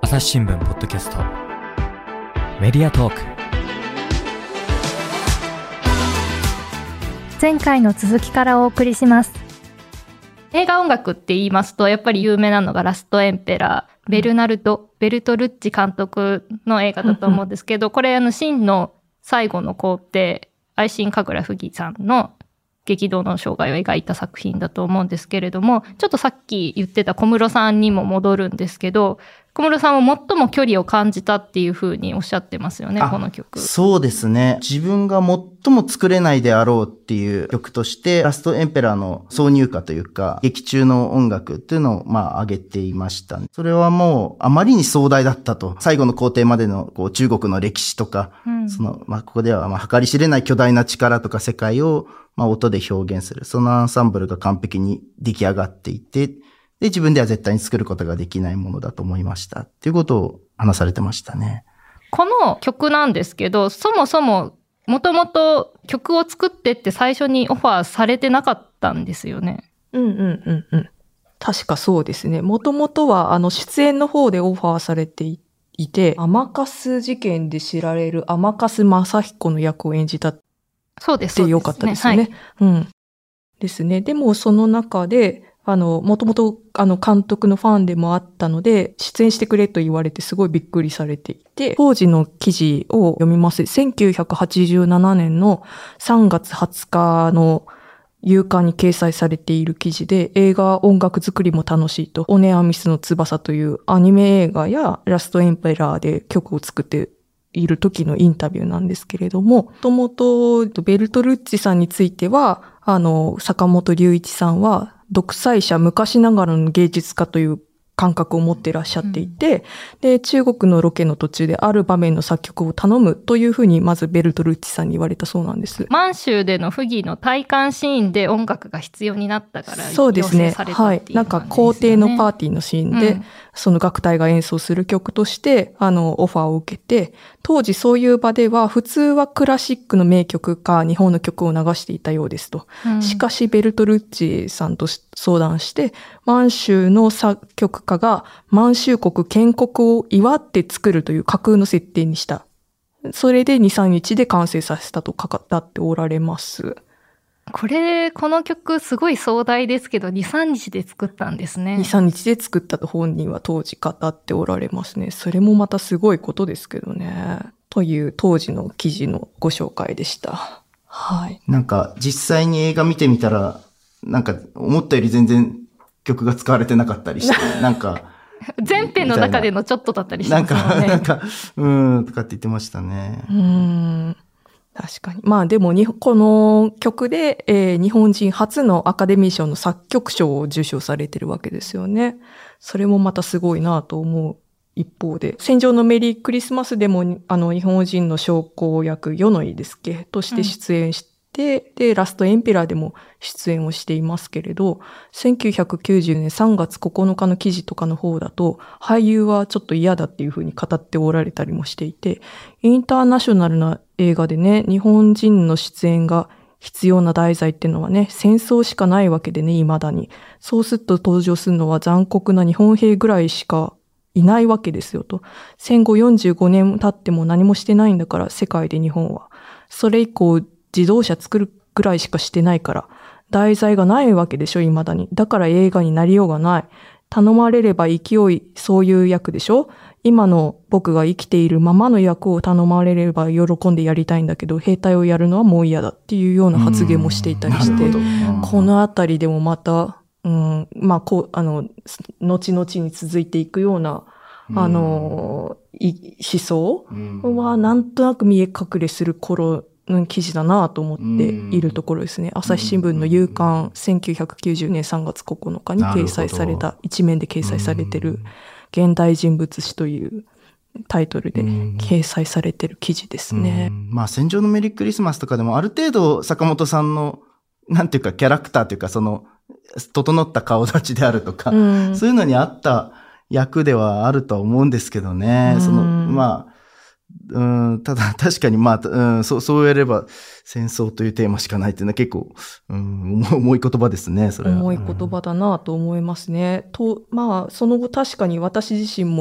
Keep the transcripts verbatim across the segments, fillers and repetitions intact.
朝日新聞ポッドキャストメディアトーク。 前回の続きからお送りします。 映画音楽って言いますとやっぱり有名なのがラストエンペラー、ベルナルド・ベルトルッチ監督の映画だと思うんですけど、これあの真の最後の皇帝愛新神楽溥儀さんの激動の生涯を描いた作品だと思うんですけれども、ちょっとさっき言ってた小室さんにも戻るんですけど、小室さんは最も距離を感じたっていうふうにおっしゃってますよね、この曲。 そうですね。自分が最も作れないであろうっていう曲として、ラストエンペラーの挿入歌というか、劇中の音楽っていうのをまあ挙げていましたね。それはもうあまりに壮大だったと。最後の皇帝までのこう中国の歴史とか、うん、その、まあここではまあ計り知れない巨大な力とか世界をまあ音で表現する。そのアンサンブルが完璧に出来上がっていて、で、自分では絶対に作ることができないものだと思いましたっていうことを話されてましたね。 この曲なんですけど、そもそももともと曲を作ってって最初にオファーされてなかったんですよね。 うんうんうんうん。確かそうですね。もともとはあの出演の方でオファーされていて、甘春事件で知られる甘春正彦の役を演じたってそうです。 よかったですよね。はい、うん。ですね。でもその中で、あの、もともと、あの、監督のファンでもあったので、出演してくれと言われてすごいびっくりされていて、当時の記事を読みます。せんきゅうひゃくはちじゅうななねんのさんがつはつかの夕刊に掲載されている記事で、映画音楽作りも楽しいと、オネアミスの翼というアニメ映画やラストエンペラーで曲を作っている時のインタビューなんですけれども、もともとベルトルッチさんについては、あの、坂本龍一さんは、独裁者、昔ながらの芸術家という感覚を持っていらっしゃっていて、うん、で、中国のロケの途中である場面の作曲を頼むというふうに、まずベルトルッチさんに言われたそうなんです。 満州での溥儀の戴冠シーンで音楽が必要になったから、 そうですね。はい。なんか皇帝のパーティーのシーンで、うん、その楽隊が演奏する曲として、あの、オファーを受けて、当時そういう場では、普通はクラシックの名曲か日本の曲を流していたようですと。うん、しかし、ベルトルッチさんと相談して、満州の作曲家が満州国建国を祝って作るという架空の設定にした。それでに、さんにちで完成させたと語っておられます。 これ、この曲すごい壮大ですけど、に、さんにちで作ったんですね。 に、さんにちで作ったと本人は当時語っておられますね。それもまたすごいことですけどね。という当時の記事のご紹介でした。はい。 なんか実際に映画見てみたら、なんか思ったより全然曲が使われてなかったりして、なんか。 全編の中でのちょっとだったりしてますもんね。 なんか、なんか、うーん、とかって言ってましたね。 うーん。確かに。まあでもに、この曲で、えー、日本人初のアカデミー賞の作曲賞を受賞されてるわけですよね。それもまたすごいなと思う一方で、戦場のメリークリスマスでも、あの、日本人の将校役、与野井ですっけとして出演して、うん、で、ラストエンペラーでも出演をしていますけれど、せんきゅうひゃくきゅうじゅうねんさんがつここのかの記事とかの方だと、俳優はちょっと嫌だっていうふうに語っておられたりもしていて、インターナショナルな映画でね、日本人の出演が必要な題材っていうのはね、戦争しかないわけでね、未だに。そうすると登場するのは残酷な日本兵ぐらいしかいないわけですよと。戦後よんじゅうごねん経っても何もしてないんだから、世界で日本は。それ以降、自動車作るぐらいしかしてないから、題材がないわけでしょ、未だに。だから映画になりようがない。頼まれれば勢い、そういう役でしょ。今の僕が生きているままの役を頼まれれば喜んでやりたいんだけど、兵隊をやるのはもう嫌だっていうような発言もしていたりして、このあたりでもまた、うん、まあ、こう、あの、後々に続いていくような、あの、思想はなんとなく見え隠れする頃の記事だなと思っているところですね。朝日新聞の夕刊せんきゅうひゃくきゅうじゅうねんさんがつここのかに掲載された、一面で掲載されている現代人物史というタイトルで掲載されている記事ですね。 まあ、戦場のメリークリスマスとかでもある程度坂本さんのなんていうかキャラクターというかその整った顔立ちであるとか、そういうのに合った役ではあるとは思うんですけどね。その、まあ、うん、ただ確かにまあ、うん、そう、そうやれば戦争というテーマしかないっていうのは結構、うん、重い言葉ですね、それは。 重い言葉だなと思いますね。と、まあ、その後確かに私自身も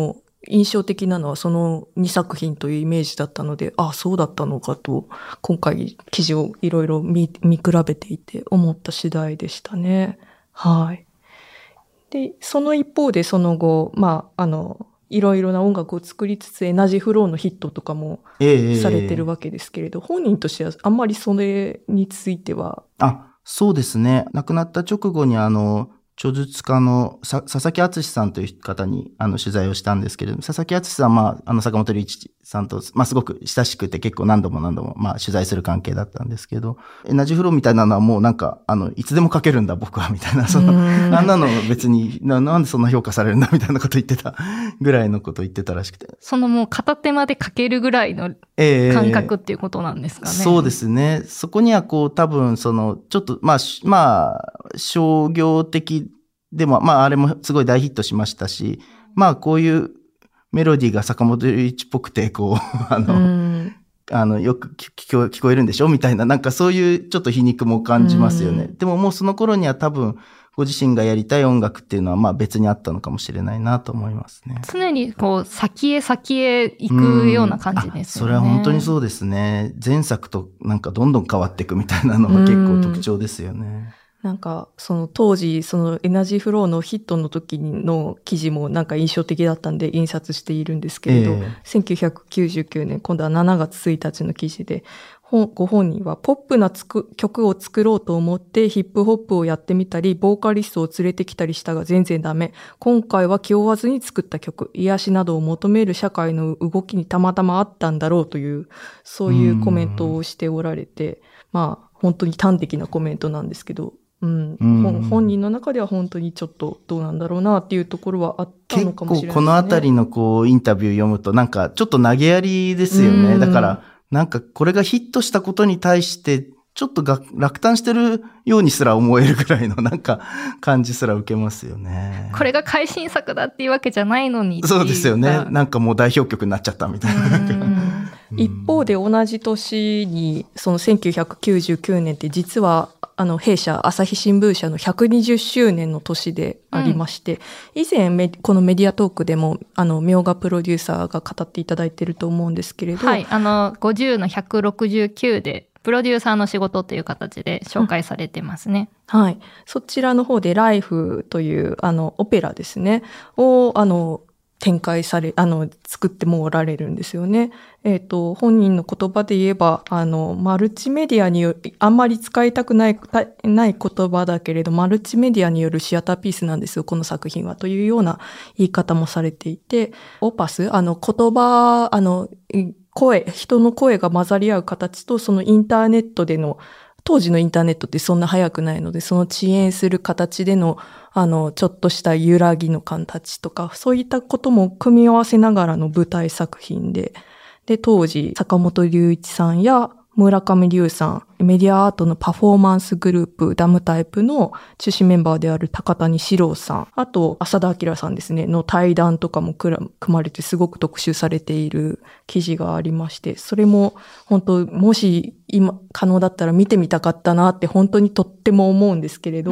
印象的なのはそのにさく品というイメージだったので、あ、そうだったのかと、今回記事をいろいろ見、見比べていて思った次第でしたね。はい。で、その一方でその後、まあ、あの、いろいろな音楽を作りつつエナジーフローのヒットとかもされてるわけですけれど、えー、本人としてはあんまりそれについては。 あ、そうですね。亡くなった直後にあの、著述家の佐々木敦さんという方にあの取材をしたんですけれども、佐々木敦さんは、まあ、あの坂本龍一さんと、まあ、すごく親しくて結構何度も何度も、まあ、取材する関係だったんですけど、エナジーフローみたいなのはもうなんか、あの、いつでも書けるんだ僕はみたいな、その、あんなの別にな、なんでそんな評価されるんだみたいなこと言ってたぐらいのこと言ってたらしくて。 そのもう片手まで書けるぐらいの感覚っていうことなんですかね。 えー、そうですね。そこにはこう多分その、ちょっと、まあ、まあ、商業的でも、まあ、あれもすごい大ヒットしましたし、まあ、こういうメロディーが坂本龍一っぽくて、こう、あの、あの、よく聞こえ、聞こえるんでしょみたいな、なんかそういうちょっと皮肉も感じますよね。でももうその頃には多分、ご自身がやりたい音楽っていうのは、まあ別にあったのかもしれないなと思いますね。 常にこう、先へ先へ行くような感じですよね。 それは本当にそうですね。前作となんかどんどん変わっていくみたいなのが結構特徴ですよね。 なんか、その当時、そのエナジーフローのヒットの時の記事もなんか印象的だったんで印刷しているんですけれど、えー、せんきゅうひゃくきゅうじゅうきゅうねん、今度はしちがつついたちの記事で、ご本人はポップなつく曲を作ろうと思ってヒップホップをやってみたり、ボーカリストを連れてきたりしたが全然ダメ。今回は気負わずに作った曲、癒しなどを求める社会の動きにたまたまあったんだろうという、そういうコメントをしておられて、まあ本当に端的なコメントなんですけど、うん、うん、本人の中では本当にちょっとどうなんだろうなっていうところはあったのかもしれないですね。結構このあたりのこうインタビュー読むとなんかちょっと投げやりですよね。だからなんかこれがヒットしたことに対してちょっとが落胆してるようにすら思えるぐらいのなんか感じすら受けますよね。 これが改心作だっていうわけじゃないのにっていう。 そうですよね。なんかもう代表曲になっちゃったみたいな。 一方で同じ年にそのせんきゅうひゃくきゅうじゅうきゅうねんって実はあの弊社朝日新聞社のひゃくにじゅっしゅうねんの年でありまして、うん、以前メこのメディアトークでもあの明賀プロデューサーが語っていただいていると思うんですけれど、 はい、あのごじゅうのひゃくろくじゅうきゅうでプロデューサーの仕事という形で紹介されてますね。 うん、はい、そちらの方でライフというあのオペラですねをあの展開され、あの、作ってもおられるんですよね。えっと、本人の言葉で言えば、あの、マルチメディアによる、あんまり使いたくない、ない言葉だけれど、マルチメディアによるシアターピースなんですよ、この作品は。というような言い方もされていて、オパス、あの、言葉、あの、声、人の声が混ざり合う形と、そのインターネットでの、当時のインターネットってそんな早くないので、その遅延する形での、あの、ちょっとした揺らぎの形とか、そういったことも組み合わせながらの舞台作品で、で、当時、坂本龍一さんや村上龍さん、メディアアートのパフォーマンスグループ、ダムタイプの中心メンバーである高谷史郎さん、あと浅田明さんですね、の対談とかも組まれてすごく特集されている記事がありまして、それも本当、もし今可能だったら見てみたかったなって本当にとっても思うんですけれど、うん、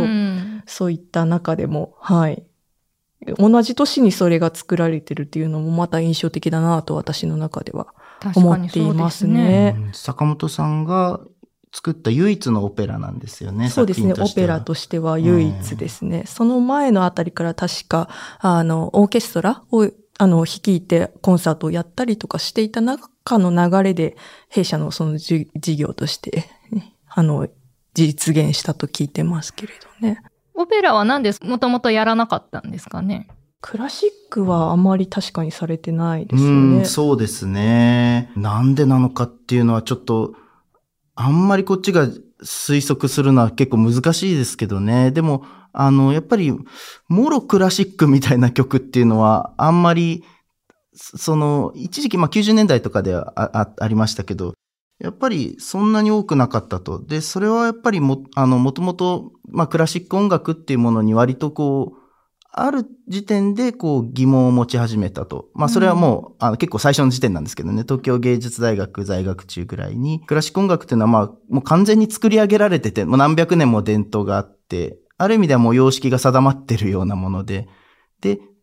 そういった中でも、はい。同じ年にそれが作られてるっていうのもまた印象的だなと私の中では思っていますね。 うん、坂本さんが作った唯一のオペラなんですよね。 そうですね。オペラとしては唯一ですね。その前のあたりから確か、あの、オーケストラを、あの、率いてコンサートをやったりとかしていた中の流れで、弊社のその事業として、あの、実現したと聞いてますけれどね。 オペラはなんでもともとやらなかったんですかね。 クラシックはあまり確かにされてないですよね。 うん、そうですね。なんでなのかっていうのはちょっと、あんまりこっちが推測するのは結構難しいですけどね。でも、あの、やっぱり、もろクラシックみたいな曲っていうのは、あんまり、その、一時期、まあきゅうじゅうねんだいとかでは あ, あ, ありましたけど、やっぱりそんなに多くなかったと。で、それはやっぱりも、あの、もともと、まあクラシック音楽っていうものに割とこう、ある時点でこう疑問を持ち始めたと。まあそれはもう、うん、あの結構最初の時点なんですけどね、東京芸術大学在学中ぐらいに、クラシック音楽っていうのはまあもう完全に作り上げられてて、もう何百年も伝統があって、ある意味ではもう様式が定まってるようなもので、で、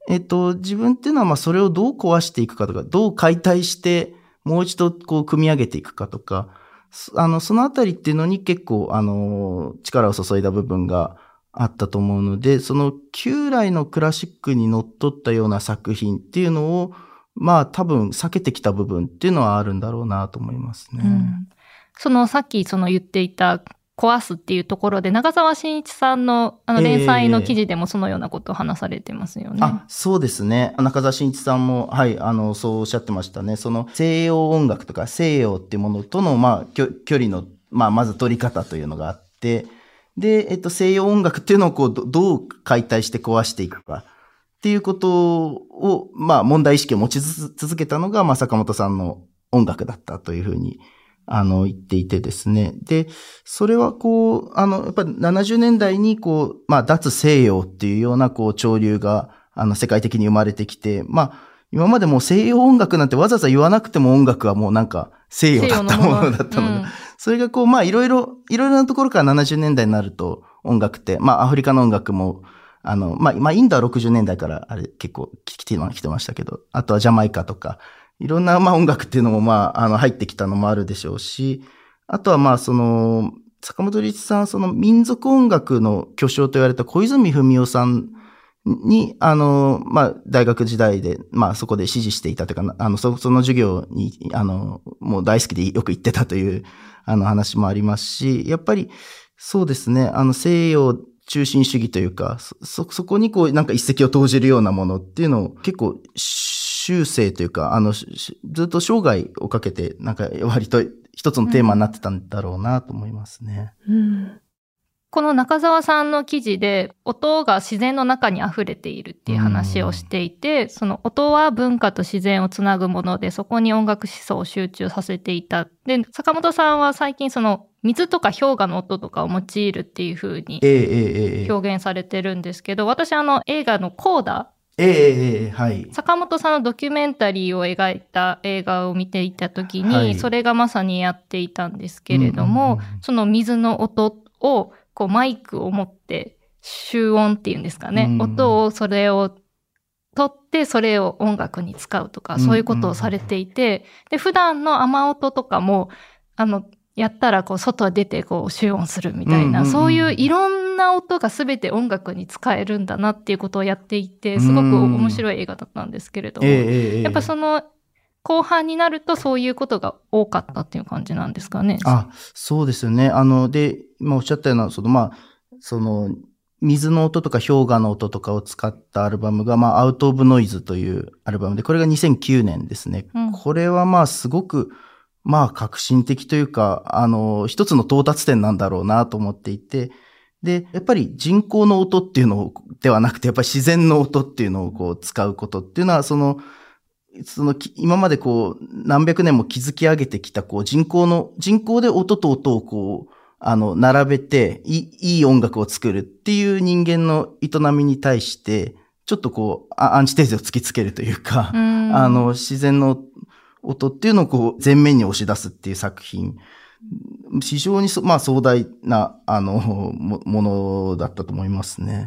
えっと、自分っていうのは、まあ、それをどう壊していくかとか、どう解体して、もう一度、こう、組み上げていくかとか、あの、そのあたりっていうのに結構、あの、力を注いだ部分があったと思うので、その旧来のクラシックにのっとったような作品っていうのを、まあ、多分避けてきた部分っていうのはあるんだろうなと思いますね。 うん、その、さっきその言っていた、壊すっていうところで、長澤慎一さんのあの連載の記事でもそのようなことを話されてますよね。 えー、あ、そうですね。中澤慎一さんも、はい、あの、そうおっしゃってましたね。その西洋音楽とか西洋っていうものとの、まあ、距離の、まあ、まず取り方というのがあって、で、えっと、西洋音楽っていうのをこう、ど、どう解体して壊していくかっていうことを、まあ、問題意識を持ち続けたのが、まあ、坂本さんの音楽だったというふうにあの、言っていてですね。で、それはこう、あの、やっぱりななじゅうねんだいにこう、まあ、脱西洋っていうようなこう、潮流が、あの、世界的に生まれてきて、まあ、今までもう西洋音楽なんてわざわざ言わなくても音楽はもうなんか西洋だったものだったので、うん、それがこう、まあ、いろいろ、いろいろなところからななじゅうねんだいになると音楽って、まあ、アフリカの音楽も、あの、まあ、まあ、インドはろくじゅうねんだいからあれ結構来て、来てましたけど、あとはジャマイカとか、いろんな、まあ、音楽っていうのも、まあ、あの、入ってきたのもあるでしょうし、あとは、まあ、その、坂本龍一さん、その民族音楽の巨匠と言われた小泉文雄さんに、あの、まあ、大学時代で、まあ、そこで指示していたというか、あの、そ、その授業に、あの、もう大好きでよく行ってたという、あの、話もありますし、やっぱり、そうですね、あの、西洋中心主義というか、そ、そこにこう、なんか一石を投じるようなものっていうのを結構、修正というか、あの、ずっと生涯をかけて、なんか割と一つのテーマになってたんだろうなと思いますね。 うん、この中澤さんの記事で、音が自然の中に溢れているっていう話をしていて、その音は文化と自然をつなぐもので、そこに音楽思想を集中させていた。で、坂本さんは最近その水とか氷河の音とかを用いるっていう風に表現されてるんですけど、私あの映画のコーダ、 ええええはい。 坂本さんのドキュメンタリーを描いた映画を見ていたときに、はい、それがまさにやっていたんですけれども、うんうんうん、その水の音をこうマイクを持って集音っていうんですかね、うん、音をそれを取ってそれを音楽に使うとか、そういうことをされていて、で普段の雨音とかもあのやったらこう外出てこう集音するみたいな、うんうんうん、そういういろんな音が全て音楽に使えるんだなっていうことをやっていて、すごく面白い映画だったんですけれども、えー、やっぱその後半になるとそういうことが多かったっていう感じなんですかね。 あ、そうですよね。あの、で、今おっしゃったような、その、まあ、その、水の音とか氷河の音とかを使ったアルバムが、まあ、アウトオブノイズというアルバムで、これがにせんきゅうねんですね。うん、これはまあ、すごく、まあ、革新的というか、あの、一つの到達点なんだろうなと思っていて、で、やっぱり人工の音っていうのではなくて、やっぱり自然の音っていうのをこう使うことっていうのは、その、その、今までこう、何百年も築き上げてきた、こう、人工の、人工で音と音をこう、あの、並べて、いい、いい音楽を作るっていう人間の営みに対して、ちょっとこう、アンチテーゼを突きつけるというか、あの、自然の音っていうのをこう、前面に押し出すっていう作品。非常にそ、まあ、壮大な、あの、も、ものだったと思いますね。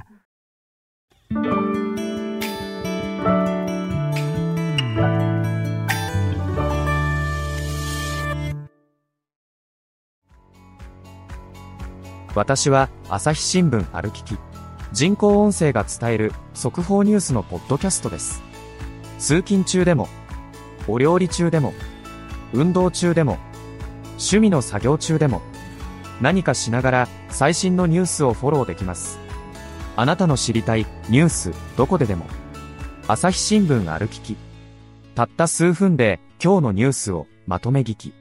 私は朝日新聞ある聞き。人工音声が伝える速報ニュースのポッドキャストです。通勤中でも、お料理中でも、運動中でも、趣味の作業中でも、何かしながら最新のニュースをフォローできます。あなたの知りたいニュースどこででも。朝日新聞ある聞き。たった数分で今日のニュースをまとめ聞き。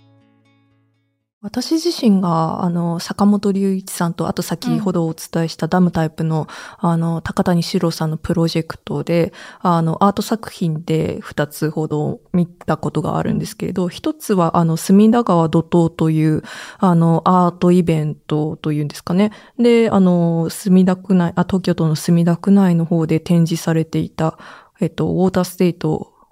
私自身が、あの、坂本龍一さんと、あと先ほどお伝えしたダムタイプの、うん、あの、高谷史郎さんのプロジェクトで、あの、アート作品で二つほど見たことがあるんですけれど、一つは、あの、隅田川怒涛という、あの、アートイベントというんですかね。で、あの、墨田区内、あ、東京都の墨田区内の方で展示されていた、えっと、ウォーターステート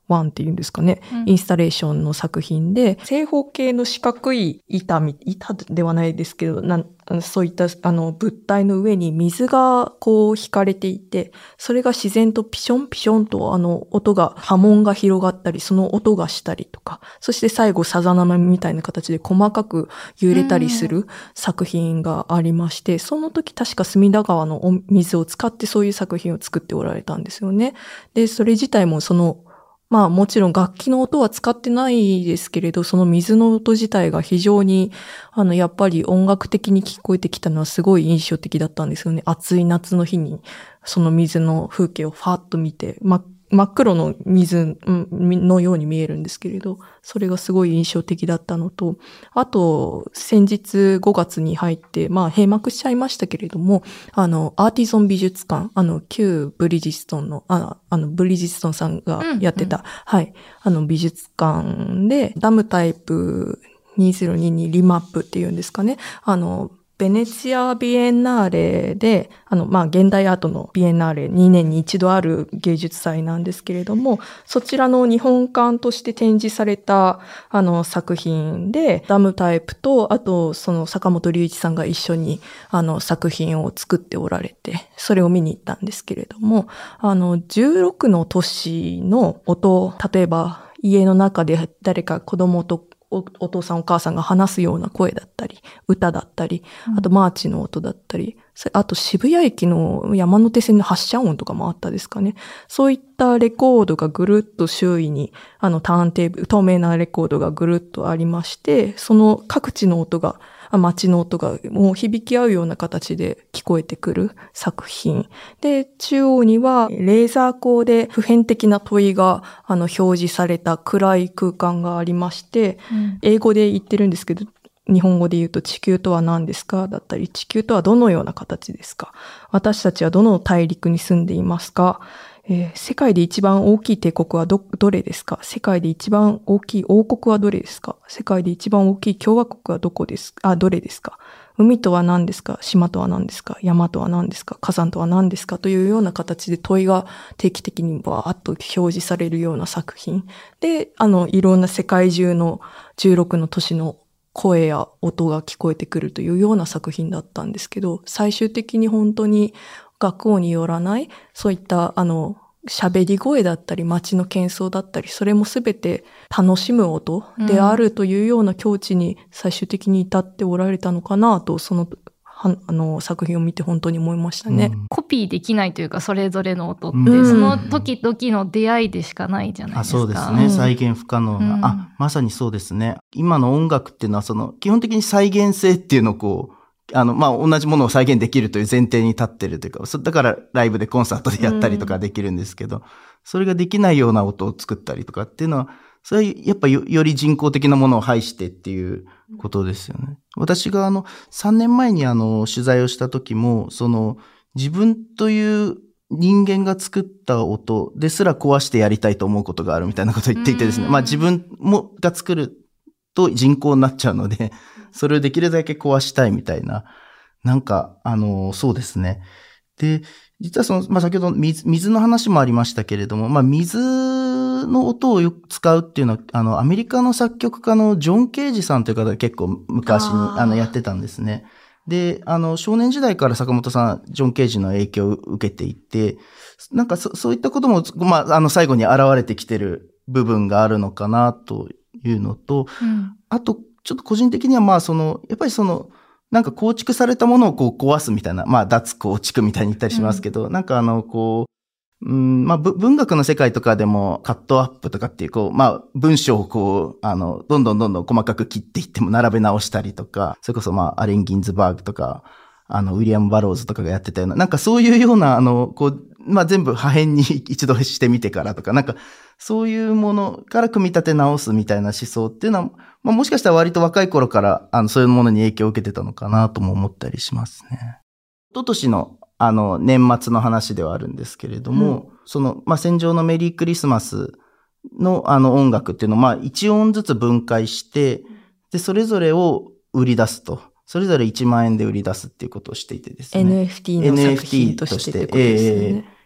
ワンっていうんですかね、 うんインスタレーションの作品で、正方形の四角い板み、板ではないですけど、なんそういったあの物体の上に水がこう引かれていて、それが自然とピションピションとあの音が、波紋が広がったり、その音がしたりとか、そして最後さざ波みたいな形で細かく揺れたりする作品がありまして、その時確か隅田川のお水を使ってそういう作品を作っておられたんですよね。で、それ自体もそのまあもちろん楽器の音は使ってないですけれど、その水の音自体が非常に、あの、やっぱり音楽的に聞こえてきたのはすごい印象的だったんですよね。暑い夏の日に、その水の風景をファーッと見て、ま、真っ黒の水のように見えるんですけれど、それがすごい印象的だったのと、あと、先日ごがつに入って、まあ閉幕しちゃいましたけれども、あの、アーティゾン美術館、あの、旧ブリヂストンの、ああの、ブリヂストンさんがやってた、 うんうん、 はい、あの、美術館で、ダムタイプにせんにじゅうにリマップっていうんですかね、あの、ベネツィアビエンナーレで、あの、まあ、現代アートのビエンナーレにねんに一度ある芸術祭なんですけれども、そちらの日本館として展示された、あの、作品で、ダムタイプと、あと、その坂本龍一さんが一緒に、あの、作品を作っておられて、それを見に行ったんですけれども、あの、じゅうろくの都市の音、例えば、家の中で誰か子供とお, お父さんお母さんが話すような声だったり、歌だったり、あとマーチの音だったり、あと渋谷駅の山手線の発車音とかもあったですかね。そういったレコードがぐるっと周囲に、あのターンテーブル、透明なレコードがぐるっとありまして、その各地の音が、街の音がもう響き合うような形で聞こえてくる作品。で、中央にはレーザー光で普遍的な問いがあの表示された暗い空間がありまして、うん、英語で言ってるんですけど、日本語で言うと地球とは何ですかだったり、地球とはどのような形ですか、私たちはどの大陸に住んでいますか、えー、世界で一番大きい帝国は ど, どれですか、世界で一番大きい王国はどれですか、世界で一番大きい共和国はどこですあ、どれですか、海とは何ですか、島とは何ですか、山とは何ですか、火山とは何ですかというような形で問いが定期的にバーッと表示されるような作品で、あのいろんな世界中のじゅうろくの都市の声や音が聞こえてくるというような作品だったんですけど、最終的に本当に学校によらない、そういったあの喋り声だったり街の喧騒だったり、それもすべて楽しむ音であるというような境地に最終的に至っておられたのかなと、そのあの作品を見て本当に思いましたね、 うん、コピーできないというか、それぞれの音って、うん、その時々の出会いでしかないじゃないですか。 あ、そうですね、再現不可能な、うん、あ、まさにそうですね。今の音楽っていうのはその基本的に再現性っていうのをこうあの、まあ、同じものを再現できるという前提に立ってるというか、だからライブでコンサートでやったりとかできるんですけど、うん、それができないような音を作ったりとかっていうのは、それはやっぱ よ, より人工的なものを排してっていうことですよね。私があの、さんねんまえにあの、取材をした時も、その、自分という人間が作った音ですら壊してやりたいと思うことがあるみたいなことを言っていてですね、まあ自分もが作ると人工になっちゃうので、それをできるだけ壊したいみたいな、なんか、あの、そうですね。で、実はその、まあ、先ほど水、水の話もありましたけれども、まあ、水の音をよく使うっていうのは、あの、アメリカの作曲家のジョン・ケージさんという方が結構昔に、あ, あの、やってたんですね。で、あの、少年時代から坂本さん、ジョン・ケージの影響を受けていて、なんかそ、そういったことも、まあ、あの、最後に現れてきてる部分があるのかな、というのと、うん、あと、ちょっと個人的にはまあその、やっぱりその、なんか構築されたものをこう壊すみたいな、まあ脱構築みたいに言ったりしますけど、うん、なんかあの、こう、うん、まあ文学の世界とかでもカットアップとかっていう、こう、まあ文章をこう、あの、どんどんどんどん細かく切っていっても並べ直したりとか、それこそまあアレン・ギンズバーグとか、あの、ウィリアム・バローズとかがやってたような、なんかそういうような、あの、こう、まあ全部破片に一度してみてからとか、なんかそういうものから組み立て直すみたいな思想っていうのは、まあもしかしたら割と若い頃から、あの、そういうものに影響を受けてたのかなとも思ったりしますね。一昨年の、あの、年末の話ではあるんですけれども、うん、その、まあ戦場のメリークリスマスのあの音楽っていうのを、まあ一音ずつ分解して、で、それぞれを売り出すと。それぞれいちまんえんで売り出すっていうことをしていてですね。 エヌエフティー の作品としてってことですね。 えー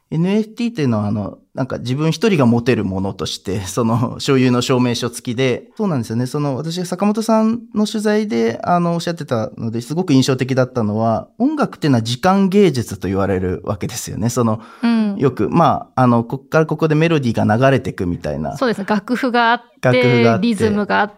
エヌエフティー っていうのは、あの、なんか自分一人が持てるものとして、その所有の証明書付きで、そうなんですよね。その私が坂本さんの取材で、あの、おっしゃってたので、すごく印象的だったのは、音楽っていうのは時間芸術と言われるわけですよね。その、うん、よく、まあ、あの、こっからここでメロディーが流れていくみたいな。 そうですね。楽譜があって、楽譜があってリズムがあって、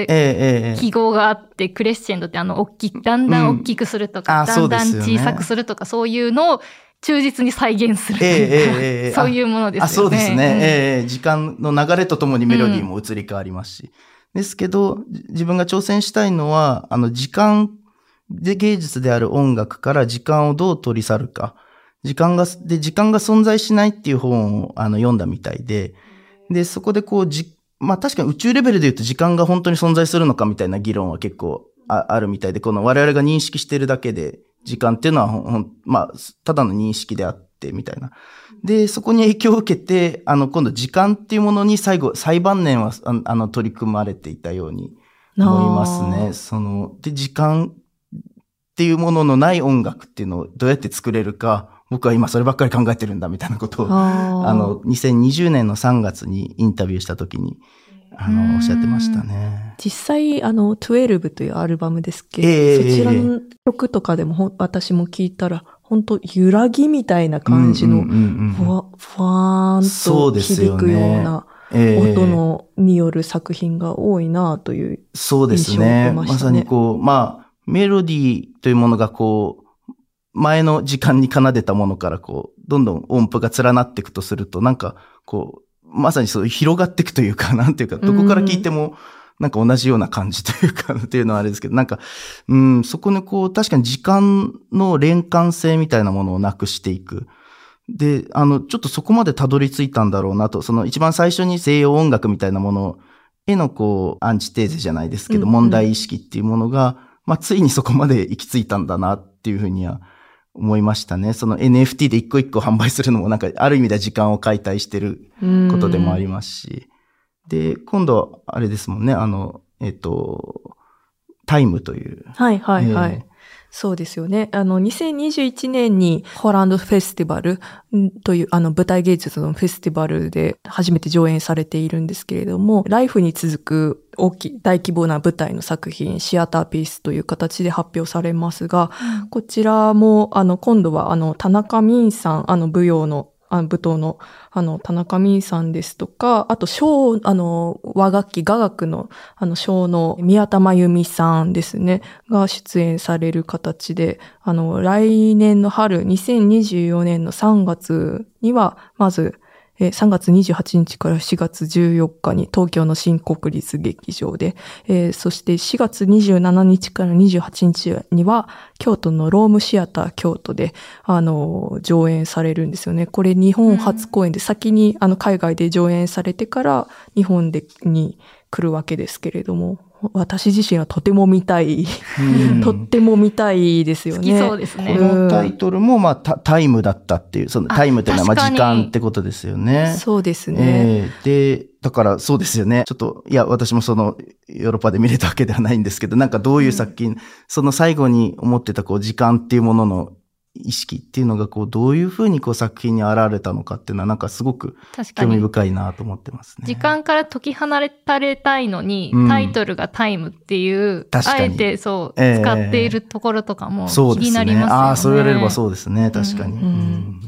えーえー、記号があって、クレッシェンドってあの、大きく、だんだん大きくするとか、うん、だんだん小さくするとか、そういうのを、忠実に再現するというか、えーえー、そういうものですよね。 あ、そうですね、うんえー。時間の流れとともにメロディーも移り変わりますし。うん、ですけど、自分が挑戦したいのは、あの、時間で芸術である音楽から時間をどう取り去るか。時間が、で、時間が存在しないっていう本をあの読んだみたいで、で、そこでこう、じ、まあ確かに宇宙レベルで言うと時間が本当に存在するのかみたいな議論は結構 あ, あるみたいで、この我々が認識してるだけで、時間っていうのはほん、まあ、ただの認識であって、みたいな。で、そこに影響を受けて、あの、今度時間っていうものに最後、最晩年は、ああの、取り組まれていたように思いますね。その、で、時間っていうもののない音楽っていうのをどうやって作れるか、僕は今そればっかり考えてるんだ、みたいなことを、あ, あの、にせんにじゅうねんのさんがつにインタビューしたときに、あの、おっしゃってましたね。 実際、あの、じゅうにというアルバムですけど、えー、そちらの曲とかでも私も聞いたら、本当揺らぎみたいな感じの、ふわ、ふわーんと響くような音のによる作品が多いなという印象を受けましたね。 そうですね。まさにこう、まあ、メロディーというものがこう、前の時間に奏でたものからこう、どんどん音符が連なっていくとすると、なんかこう、まさにそう広がっていくというか、なんていうか、どこから聞いても、なんか同じような感じというか、っていうのはあれですけど、なんか、うん、そこにこう、確かに時間の連関性みたいなものをなくしていく。で、あの、ちょっとそこまでたどり着いたんだろうなと、その一番最初に西洋音楽みたいなものへのこう、アンチテーゼじゃないですけど、うんうん、問題意識っていうものが、まあ、ついにそこまで行き着いたんだなっていうふうには、思いましたね。その エヌエフティー で一個一個販売するのもなんかある意味では時間を解体してることでもありますし。で、今度あれですもんね。あの、えっと、タイムという。 はいはいはい。えー、そうですよね。あの、にせんにじゅういちねんにホランドフェスティバルというあの舞台芸術のフェスティバルで初めて上演されているんですけれども、ライフに続く大きい、大規模な舞台の作品、シアターピースという形で発表されますが、うん、こちらも、あの、今度は、あの、田中泯さん、あの、舞踊の、あの舞踏の、あの、田中泯さんですとか、あと、小、あの、和楽器、雅楽の、あの、小の宮田真由美さんですね、が出演される形で、あの、来年の春、にせんにじゅうよねんのさんがつには、まず、さんがつにじゅうはちにちからしがつじゅうよっかに東京の新国立劇場で、えー、そしてしがつにじゅうしちにちからにじゅうはちにちには京都のロームシアター京都で、あの、上演されるんですよね。これ日本初公演で、先にあの海外で上演されてから日本でに来るわけですけれども、私自身はとても見たい、とっても見たいですよね。 好きそうですね。 このタイトルも、まあ、タイムだったっていう、そのタイムっていうのは、まあ、時間ってことですよね。 そうですね。 えー、で、だからそうですよね。ちょっと、いや、私もその、ヨーロッパで見れたわけではないんですけど、なんかどういう作品、うん、その最後に思ってた、こう、時間っていうものの、意識っていうのがこうどういうふうにこう作品に現れたのかっていうのはなんかすごく興味深いなと思ってますね。 時間から解き放たれたいのに、うん、タイトルがタイムっていう、あえてそう、えー、使っているところとかも気になりますよね。 ああ、そう言われればそうですね。確かに、うんうん。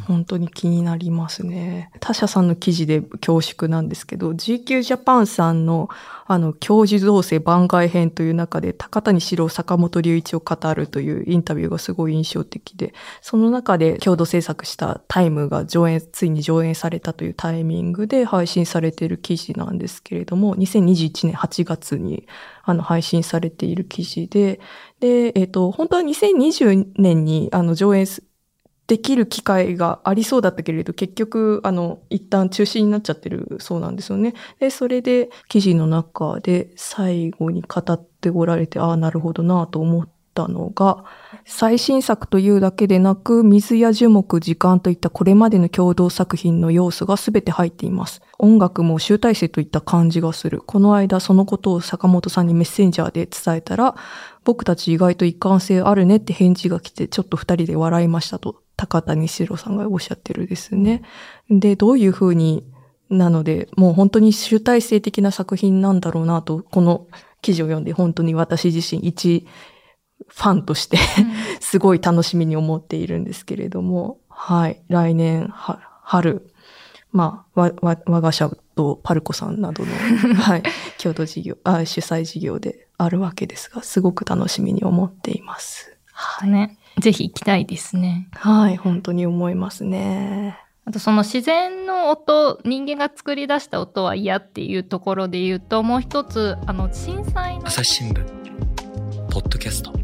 本当に気になりますね。他社さんの記事で恐縮なんですけど、ジーキュー ジャパンさんのあの、教授造成番外編という中で、高谷史郎、坂本龍一を語るというインタビューがすごい印象的で、その中で共同制作したタイムが上演、ついに上演されたというタイミングで配信されている記事なんですけれども、にせんにじゅういちねんはちがつにあの配信されている記事で、で、えっと、本当はにせんにじゅうねんにあの上演できる機会がありそうだったけれど、結局、あの、一旦中止になっちゃってるそうなんですよね。で、それで記事の中で最後に語っておられて、ああ、なるほどなと思ったのが、最新作というだけでなく、水や樹木、時間といったこれまでの共同作品の要素がすべて入っています。音楽も集大成といった感じがする。この間そのことを坂本さんにメッセンジャーで伝えたら、僕たち意外と一貫性あるねって返事が来て、ちょっと二人で笑いましたと。 高谷史郎さんがおっしゃってるですね。で、どういうふうに、なので、もう本当に集大成的な作品なんだろうなと、この記事を読んで本当に私自身一ファンとしてすごい楽しみに思っているんですけれども、はい、来年は春、まあ、わ、わ、我が社とパルコさんなどの、はい、共同事業、あ、主催事業であるわけですが、すごく楽しみに思っています。 はい。ね。ぜひ行きたいですね。 はい、本当に思いますね。 あとその自然の音、人間が作り出した音は嫌っていうところで言うと、もう一つ、あの、震災の。 朝日新聞、ポッドキャスト。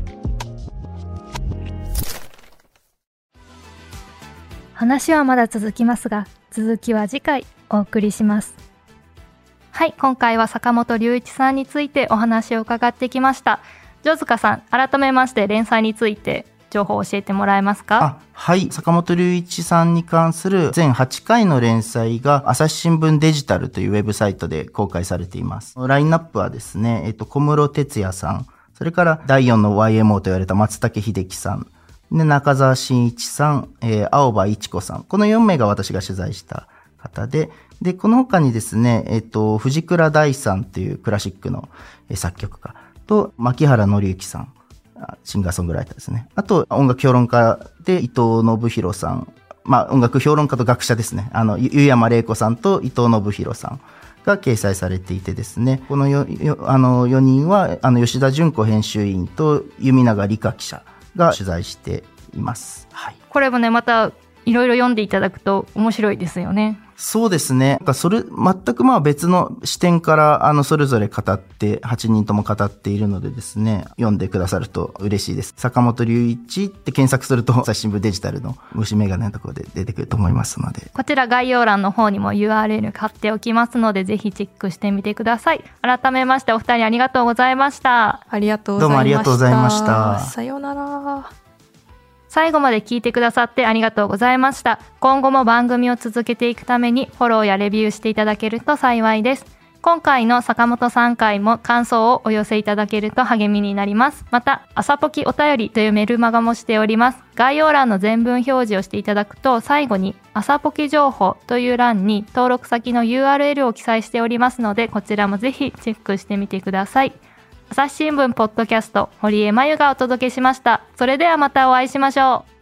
話はまだ続きますが、続きは次回お送りします。 はい、今回は坂本龍一さんについてお話を伺ってきました。城塚さん、改めまして連載について情報を教えてもらえますか？ あ、はい。坂本龍一さんに関する全はちかいの連載が朝日新聞デジタルというウェブサイトで公開されています。ラインナップはですね、えっと、小室哲也さん、それからだいよんの ワイエムオー と言われた松竹秀樹さん、で中澤真一さん、えー、青葉一子さん。このよんめいが私が取材した方で、で、この他にですね、えっと、藤倉大さんというクラシックの作曲家と、牧原紀之さん。シンガーソングライターですね。あと、音楽評論家で伊藤信弘さん。まあ、音楽評論家と学者ですね。あの、湯山玲子さんと伊藤信弘さんが掲載されていてですね。このよ、よあの、よにんは、あの、吉田純子編集員と弓永理香記者が取材しています。はい。 これもね、また、いろいろ読んでいただくと面白いですよね。 そうですね。なんかそれ、全くまあ別の視点から、あの、それぞれ語って、はちにんとも語っているのでですね、読んでくださると嬉しいです。坂本龍一って検索すると、朝日新聞デジタルの虫眼鏡のところで出てくると思いますので。 こちら概要欄の方にも ユーアールエル 貼っておきますので、ぜひチェックしてみてください。改めましてお二人ありがとうございました。 ありがとうございました。 どうもありがとうございました。 さようなら。 最後まで聞いてくださってありがとうございました。今後も番組を続けていくためにフォローやレビューしていただけると幸いです。今回の坂本さん回も感想をお寄せいただけると励みになります。また、朝ポキお便りというメルマガもしております。概要欄の全文表示をしていただくと、最後に朝ポキ情報という欄に登録先の ユーアールエル を記載しておりますので、こちらもぜひチェックしてみてください。朝日新聞ポッドキャスト、堀江真由がお届けしました。それではまたお会いしましょう。